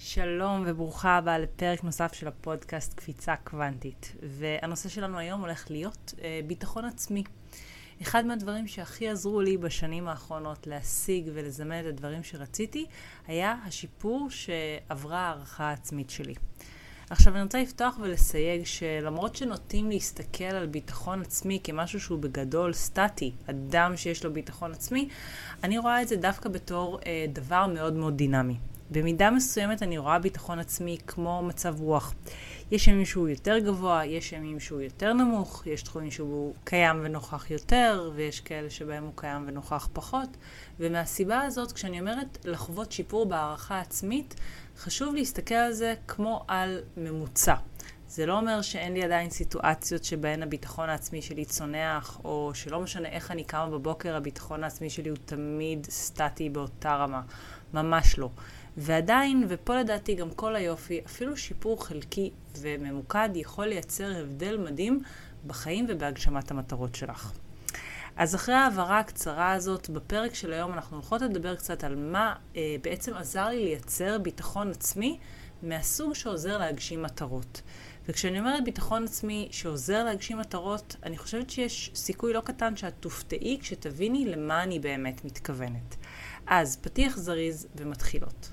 שלום וברוכה הבאה לפרק נוסף של הפודקאסט קפיצה קוונטית. והנושא שלנו היום הולך להיות ביטחון עצמי. אחד מהדברים שהכי עזרו לי בשנים האחרונות להשיג ולזמן את הדברים שרציתי, היה השיפור שעברה הערכה העצמית שלי. עכשיו אני רוצה לפתוח ולסייג שלמרות שנוטים להסתכל על ביטחון עצמי כמשהו שהוא בגדול סטטי, אדם שיש לו ביטחון עצמי, אני רואה את זה דווקא בתור דבר מאוד מאוד דינמי. במידה מסוימת אני רואה ביטחון עצמי כמו מצב רוח. יש ימים שהוא יותר גבוה, יש ימים שהוא יותר נמוך, יש תחומים שהוא קיים ונוכח יותר, ויש כאלה שבהם הוא קיים ונוכח פחות. ומהסיבה הזאת, כשאני אומרת לחוות שיפור בהערכה עצמית, חשוב להסתכל על זה כמו על ממוצע. זה לא אומר שאין לי עדיין סיטואציות שבהן הביטחון העצמי שלי צונח, או שלא משנה איך אני קמה בבוקר, הביטחון העצמי שלי הוא תמיד סטטי באותה רמה. ממש לא. ועדיין, ופה לדעתי גם כל היופי, אפילו שיפור חלקי וממוקד יכול לייצר הבדל מדהים בחיים ובהגשמת המטרות שלך. אז אחרי העברה הקצרה הזאת, בפרק של היום אנחנו הולכות לדבר קצת על מה בעצם עזר לי לייצר ביטחון עצמי מהסוג שעוזר להגשים מטרות. וכשאני אומרת ביטחון עצמי שעוזר להגשים מטרות, אני חושבת שיש סיכוי לא קטן שאת תופתעי כשתביני למה אני באמת מתכוונת. אז פתיח זריז ומתחילות.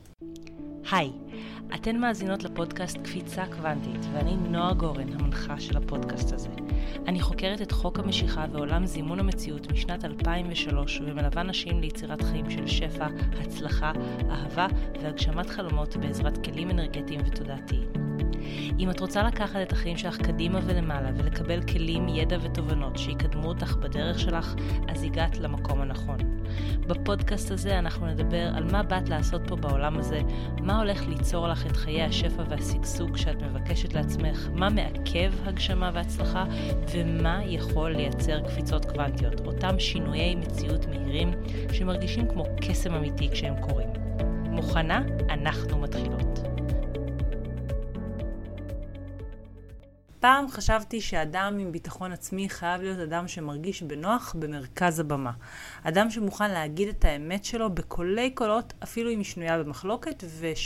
היי, אתן מאזינות לפודקאסט קפיצה קוונטית, ואני נועה גורן, המנחה של הפודקאסט הזה. אני חוקרת את חוק המשיכה ועולם זימון המציאות משנת 2003, ומלווה נשים ליצירת חיים של שפע, הצלחה, אהבה והגשמת חלומות בעזרת כלים אנרגטיים ותודעתיים. אם את רוצה לקחת את החיים שלך קדימה ולמעלה ולקבל כלים, ידע ותובנות שיקדמו אותך בדרך שלך, אז הגעת למקום הנכון. בפודקאסט הזה אנחנו נדבר על מה באת לעשות פה בעולם הזה, מה הולך ליצור לך את חיי השפע והשגשוג שאת מבקשת לעצמך, מה מעכב הגשמה והצלחה, ומה יכול לייצר קפיצות קוונטיות, אותם שינויי מציאות מהירים שמרגישים כמו קסם אמיתי כשהם קורים. מוכנה? אנחנו מתחילות. פעם חשבתי שאדם עם ביטחון עצמי חייב להיות אדם שמרגיש בנוח במרכז הבמה. אדם שמוכן להגיד את האמת שלו בקולי קולות, אפילו אם היא שנויה במחלוקת,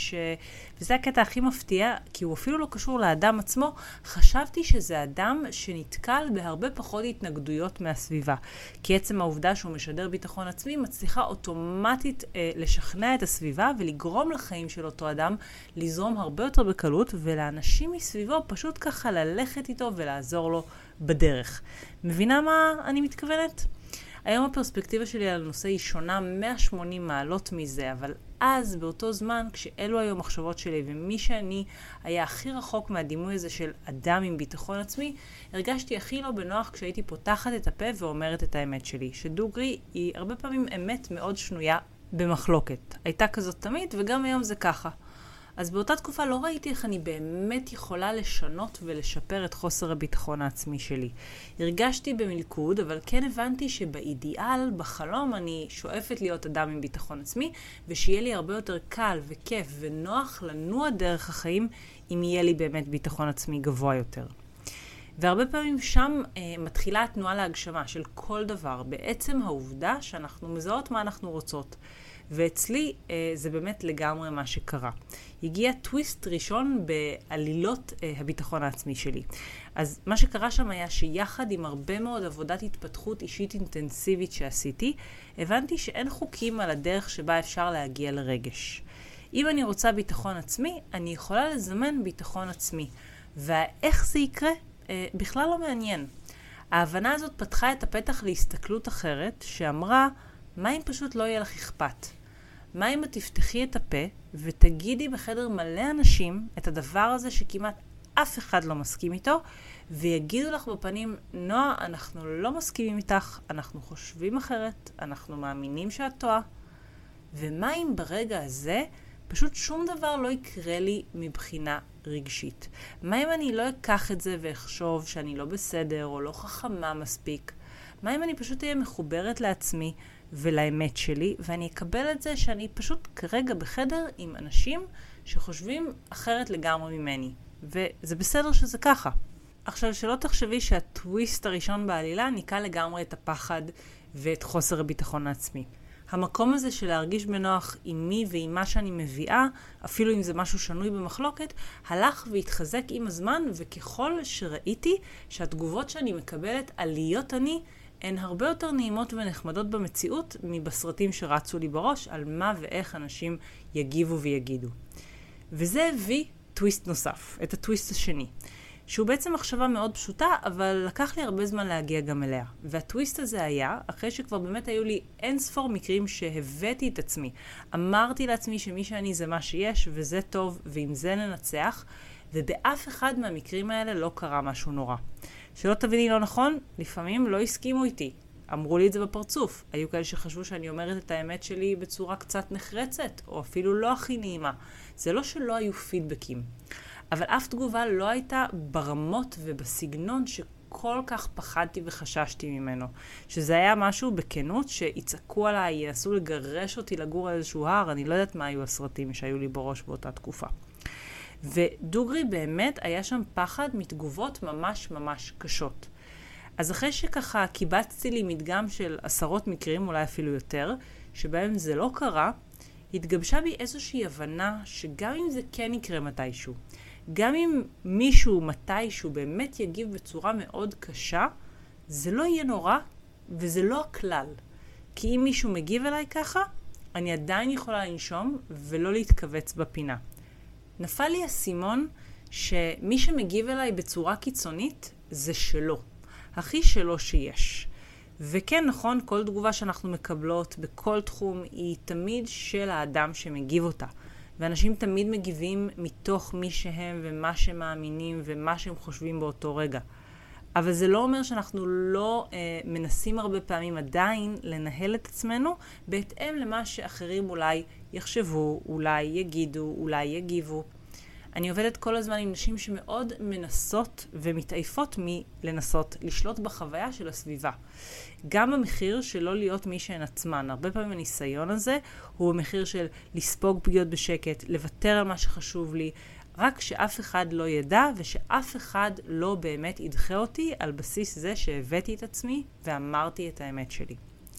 וזה הקטע הכי מפתיע, כי הוא אפילו לא קשור לאדם עצמו. חשבתי שזה אדם שנתקל בהרבה פחות התנגדויות מהסביבה. כי עצם העובדה שהוא משדר ביטחון עצמי מצליחה אוטומטית לשכנע את הסביבה ולגרום לחיים של אותו אדם לזרום הרבה יותר בקלות, ולאנשים מסביבו פשוט ככה ללכת איתו ולעזור לו בדרך. מבינה מה אני מתכוונת? היום הפרספקטיבה שלי על הנושא היא שונה 180 מעלות מזה, אבל אז באותו זמן, כשאלו היו מחשבות שלי ומי שאני היה הכי רחוק מהדימוי הזה של אדם עם ביטחון עצמי, הרגשתי הכי לא בנוח כשהייתי פותחת את הפה ואומרת את האמת שלי, שדוגרי היא הרבה פעמים אמת מאוד שנויה במחלוקת. הייתה כזאת תמיד וגם היום זה ככה. אז באותה תקופה לא ראיתי איך אני באמת יכולה לשנות ולשפר את חוסר הביטחון העצמי שלי. הרגשתי במלכוד, אבל כן הבנתי שבאידיאל, בחלום, אני שואפת להיות אדם עם ביטחון עצמי, ושיהיה לי הרבה יותר קל וכיף ונוח לנוע דרך החיים, אם יהיה לי באמת ביטחון עצמי גבוה יותר. והרבה פעמים שם מתחילה התנועה להגשמה של כל דבר, בעצם העובדה שאנחנו מזהות מה אנחנו רוצות. ואצלי זה באמת לגמרי מה שקרה. הגיע טוויסט ראשון בעלילות הביטחון העצמי שלי. אז מה שקרה שם היה שיחד עם הרבה מאוד עבודת התפתחות אישית אינטנסיבית שעשיתי, הבנתי שאין חוקים על הדרך שבה אפשר להגיע לרגש. אם אני רוצה ביטחון עצמי, אני יכולה לזמן ביטחון עצמי. ואיך זה יקרה? בכלל לא מעניין. ההבנה הזאת פתחה את הפתח להסתכלות אחרת, שאמרה, מה אם פשוט לא יהיה לך אכפת? מה אם את תפתחי את הפה ותגידי בחדר מלא אנשים את הדבר הזה שכמעט אף אחד לא מסכים איתו, ויגידו לך בפנים, נועה, אנחנו לא מסכימים איתך, אנחנו חושבים אחרת, אנחנו מאמינים שאת טועה. ומה אם ברגע הזה פשוט שום דבר לא יקרה לי מבחינה רגשית? מה אם אני לא אקח את זה ואחשוב שאני לא בסדר או לא חכמה מספיק? מה אם אני פשוט אהיה מחוברת לעצמי ולאמת שלי, ואני אקבל את זה שאני פשוט כרגע בחדר עם אנשים שחושבים אחרת לגמרי ממני. וזה בסדר שזה ככה. עכשיו, שלא תחשבי שהטוויסט הראשון בעלילה ניקה לגמרי את הפחד ואת חוסר הביטחון העצמי. המקום הזה של להרגיש בנוח עם מי ועם מה שאני מביאה, אפילו אם זה משהו שנוי במחלוקת, הלך והתחזק עם הזמן, וככל שראיתי שהתגובות שאני מקבלת על להיות אני, הן הרבה יותר נעימות ונחמדות במציאות מבסרטים שרצו לי בראש על מה ואיך אנשים יגיבו ויגידו. וזה הביא טוויסט נוסף, את הטוויסט השני, שהוא בעצם מחשבה מאוד פשוטה, אבל לקח לי הרבה זמן להגיע גם אליה. והטוויסט הזה היה, אחרי שכבר באמת היו לי אין ספור מקרים שהבאתי את עצמי. אמרתי לעצמי שמי שאני זה מה שיש, וזה טוב, ועם זה ננצח, ובאף אחד מהמקרים האלה לא קרה משהו נורא. שלא תביני לא נכון, לפעמים לא הסכימו איתי. אמרו לי את זה בפרצוף. היו כאלה שחשבו שאני אומרת את האמת שלי בצורה קצת נחרצת, או אפילו לא הכי נעימה. זה לא שלא היו פידבקים. אבל אף תגובה לא הייתה ברמות ובסגנון שכל כך פחדתי וחששתי ממנו. שזה היה משהו בכנות שיצעקו עליי, ינסו לגרש אותי לגור על איזשהו הר, אני לא יודעת מה היו הסרטים שהיו לי בראש באותה תקופה. ודוגרי באמת היה שם פחד מתגובות ממש ממש קשות. אז אחרי שככה קיבצתי לי מדגם של 10 מקרים, אולי אפילו יותר, שבהם זה לא קרה, התגבשה בי איזושהי הבנה שגם אם זה כן יקרה מתישהו, גם אם מישהו מתישהו באמת יגיב בצורה מאוד קשה, זה לא יהיה נורא וזה לא הכלל. כי אם מישהו מגיב אליי ככה, אני עדיין יכולה לנשום ולא להתכווץ בפינה. נפל לי הסימון שמי שמגיב אליי בצורה קיצונית זה שלו. הכי שלו שיש. וכן נכון, כל תגובה שאנחנו מקבלות בכל תחום היא תמיד של האדם שמגיב אותה. ואנשים תמיד מגיבים מתוך מי שהם ומה שהם מאמינים ומה שהם חושבים באותו רגע. אבל זה לא אומר שאנחנו לא מנסים הרבה פעמים עדיין לנהל את עצמנו בהתאם למה שאחרים אולי יחשבו, אולי יגידו, אולי יגיבו. אני עובדת כל הזמן עם נשים שמאוד מנסות ומתעייפות מלנסות לשלוט בחוויה של הסביבה. גם במחיר של לא להיות מי שהן עצמן. הרבה פעמים הניסיון הזה הוא במחיר של לספוג פגיעות בשקט, לוותר על מה שחשוב לי, רק שאף אחד לא ידע ושאף אחד לא באמת ידחה אותי על בסיס זה שהבאתי את עצמי ואמרתי את האמת שלי.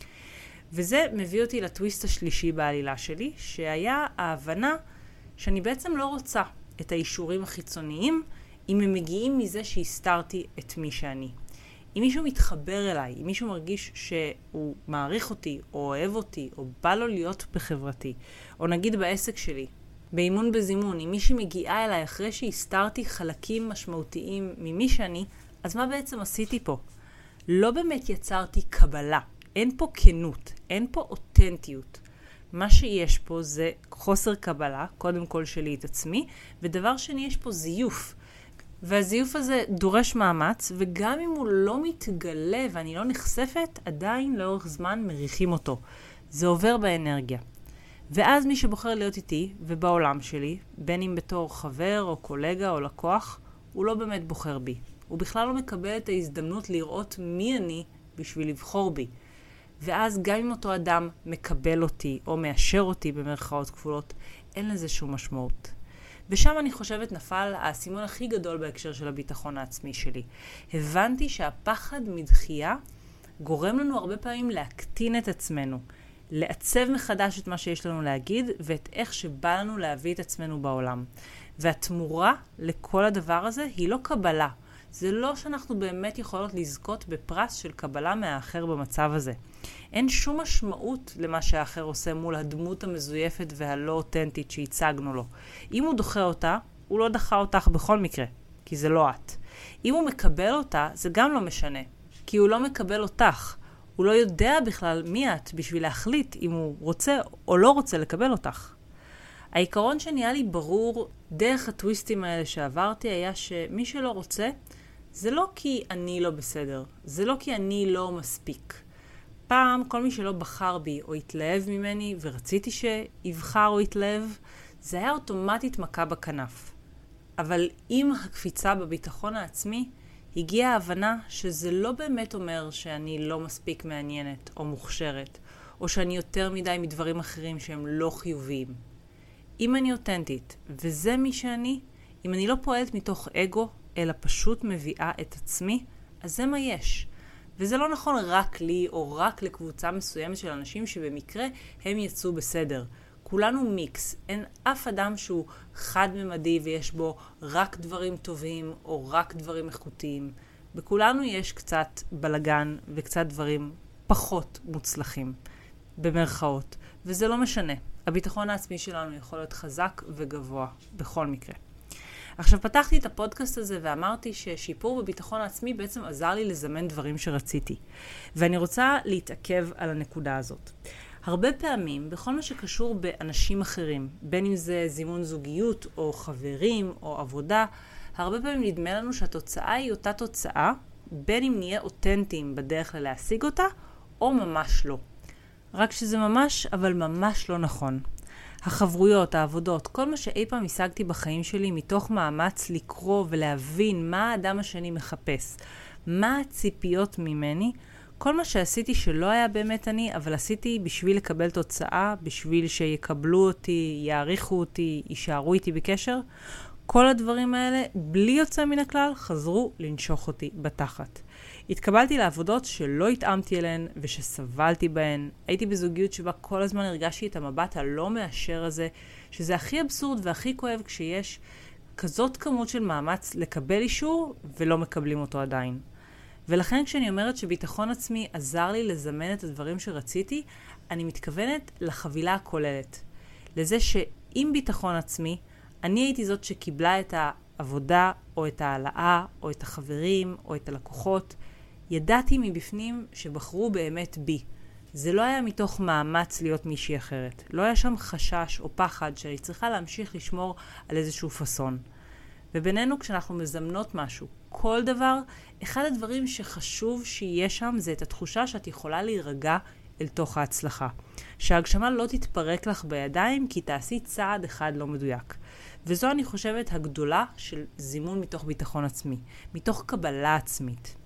וזה מביא אותי לטוויסט השלישי בעלילה שלי, שהיה ההבנה שאני בעצם לא רוצה את האישורים החיצוניים אם הם מגיעים מזה שהסתרתי את מי שאני. אם מישהו מתחבר אליי, אם מישהו מרגיש שהוא מעריך אותי או אוהב אותי או בא לו להיות בחברתי, או נגיד בעסק שלי, באימון בזימון, אם מישהי מגיעה אליי אחרי שהסתרתי חלקים משמעותיים ממי שאני, אז מה בעצם עשיתי פה? לא באמת יצרתי קבלה. אין פה כנות, אין פה אותנטיות. מה שיש פה זה חוסר קבלה, קודם כל שלי את עצמי, ודבר שני יש פה זיוף. והזיוף הזה דורש מאמץ, וגם אם הוא לא מתגלה ואני לא נחשפת, עדיין לאורך זמן מריחים אותו. זה עובר באנרגיה. ואז מי שבוחר להיות איתי ובעולם שלי, בין אם בתור חבר או קולגה או לקוח, הוא לא באמת בוחר בי. הוא בכלל לא מקבל את ההזדמנות לראות מי אני בשביל לבחור בי. ואז גם אם אותו אדם מקבל אותי או מאשר אותי במרכאות כפולות, אין לזה שום משמעות. ושם אני חושבת נפל הסימון הכי גדול בהקשר של הביטחון העצמי שלי. הבנתי שהפחד מדחייה גורם לנו הרבה פעמים להקטין את עצמנו, לעצב מחדש את מה שיש לנו להגיד ואת איך שבא לנו להביא את עצמנו בעולם. והתמורה לכל הדבר הזה היא לא קבלה. זה לא שאנחנו באמת יכולות לזכות בפרס של קבלה מהאחר במצב הזה. אין שום משמעות למה שהאחר עושה מול הדמות המזויפת והלא אותנטית שהצגנו לו. אם הוא דוחה אותה, הוא לא דחה אותך בכל מקרה, כי זה לא את. אם הוא מקבל אותה, זה גם לא משנה, כי הוא לא מקבל אותך. הוא לא יודע בכלל מי את בשביל להחליט אם הוא רוצה או לא רוצה לקבל אותך. העיקרון שנהיה לי ברור דרך הטוויסטים האלה שעברתי היה שמי שלא רוצה, זה לא כי אני לא בסדר, זה לא כי אני לא מספיק. פעם כל מי שלא בחר בי או התלהב ממני ורציתי שיבחר או יתלהב, זה היה אוטומטית מכה בכנף. אבל עם הקפיצה בביטחון העצמי, הגיעה ההבנה שזה לא באמת אומר שאני לא מספיק מעניינת או מוכשרת, או שאני יותר מדי מדברים אחרים שהם לא חיוביים. אם אני אותנטית, וזה מי שאני, אם אני לא פועלת מתוך אגו, אלא פשוט מביאה את עצמי, אז זה מה יש. וזה לא נכון רק לי או רק לקבוצה מסוימת של אנשים שבמקרה הם יצאו בסדר. כולנו מיקס, אין אף אדם שהוא חד-ממדי ויש בו רק דברים טובים או רק דברים איכותיים. בכולנו יש קצת בלגן וקצת דברים פחות מוצלחים, במרכאות, וזה לא משנה. הביטחון העצמי שלנו יכול להיות חזק וגבוה בכל מקרה. עכשיו פתחתי את הפודקאסט הזה ואמרתי ששיפור בביטחון העצמי בעצם עזר לי לזמן דברים שרציתי. ואני רוצה להתעכב על הנקודה הזאת. הרבה פעמים, בכל מה שקשור באנשים אחרים, בין אם זה זימון זוגיות או חברים או עבודה, הרבה פעמים נדמה לנו שהתוצאה היא אותה תוצאה, בין אם נהיה אותנטיים בדרך להשיג אותה, או ממש לא. רק שזה ממש, אבל ממש לא נכון. החברויות, העבודות, כל מה שאי פעם השגתי בחיים שלי מתוך מאמץ לקרוא ולהבין מה האדם השני מחפש, מה הציפיות ממני, כל מה שעשיתי שלא היה באמת אני, אבל עשיתי בשביל לקבל תוצאה, בשביל שיקבלו אותי, יעריכו אותי, יישארו איתי בקשר, כל הדברים האלה, בלי יוצא מן הכלל, חזרו לנשוך אותי בתחת. התקבלתי לעבודות שלא התאמתי אליהן ושסבלתי בהן. הייתי בזוגיות שבה כל הזמן הרגשתי את המבט הלא מאשר הזה, שזה הכי אבסורד והכי כואב כשיש כזאת כמות של מאמץ לקבל אישור ולא מקבלים אותו עדיין. ולכן כשאני אומרת שביטחון עצמי עזר לי לזמן את הדברים שרציתי, אני מתכוונת לחבילה הכוללת. לזה שעם ביטחון עצמי, אני הייתי זאת שקיבלה את העבודה או את העלאה או את החברים או את הלקוחות. ידעתי מבפנים שבחרו באמת בי. זה לא היה מתוך מאמץ להיות מישהי אחרת. לא היה שם חשש או פחד שאני צריכה להמשיך לשמור על איזשהו פסון. ובינינו כשאנחנו מזמנות משהו, כל דבר, אחד הדברים שחשוב שיהיה שם זה את התחושה שאת יכולה להירגע אל תוך ההצלחה. שההגשמה לא תתפרק לך בידיים כי תעשי צעד אחד לא מדויק. וזו אני חושבת הגדולה של זימון מתוך ביטחון עצמי, מתוך קבלה עצמית.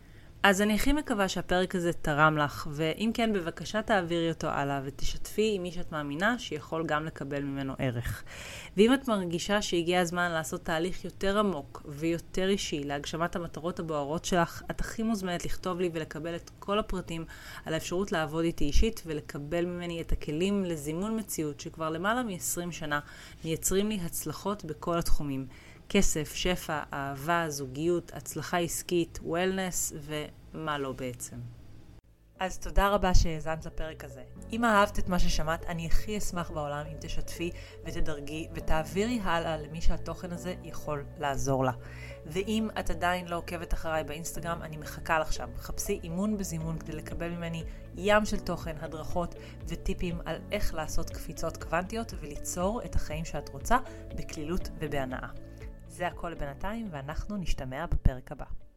אז אני הכי מקווה שהפרק הזה תרם לך, ואם כן בבקשה תעבירי אותו הלאה ותשתפי עם מי שאת מאמינה שיכול גם לקבל ממנו ערך. ואם את מרגישה שהגיע הזמן לעשות תהליך יותר עמוק ויותר אישי להגשמת המטרות הבוערות שלך, את הכי מוזמנת לכתוב לי ולקבל את כל הפרטים על האפשרות לעבוד איתי אישית ולקבל ממני את הכלים לזימון מציאות שכבר למעלה מ-20 שנה מייצרים לי הצלחות בכל התחומים. כסף, שפע, אהבה, זוגיות, הצלחה עסקית, וולנס ומה לא בעצם. אז תודה רבה שהאזנת לפרק הזה. אם אהבת את מה ששמעת, אני הכי אשמח בעולם אם תשתפי ותדרגי ותעבירי הלאה למי שהתוכן הזה יכול לעזור לה. ואם את עדיין לא עוקבת אחריי באינסטגרם, אני מחכה לך שם. חפשי אימון בזימון כדי לקבל ממני ים של תוכן, הדרכות וטיפים על איך לעשות קפיצות קוונטיות וליצור את החיים שאת רוצה בכלילות ובהנאה. זה הכל בינתיים ואנחנו נשתמע בפרק הבא.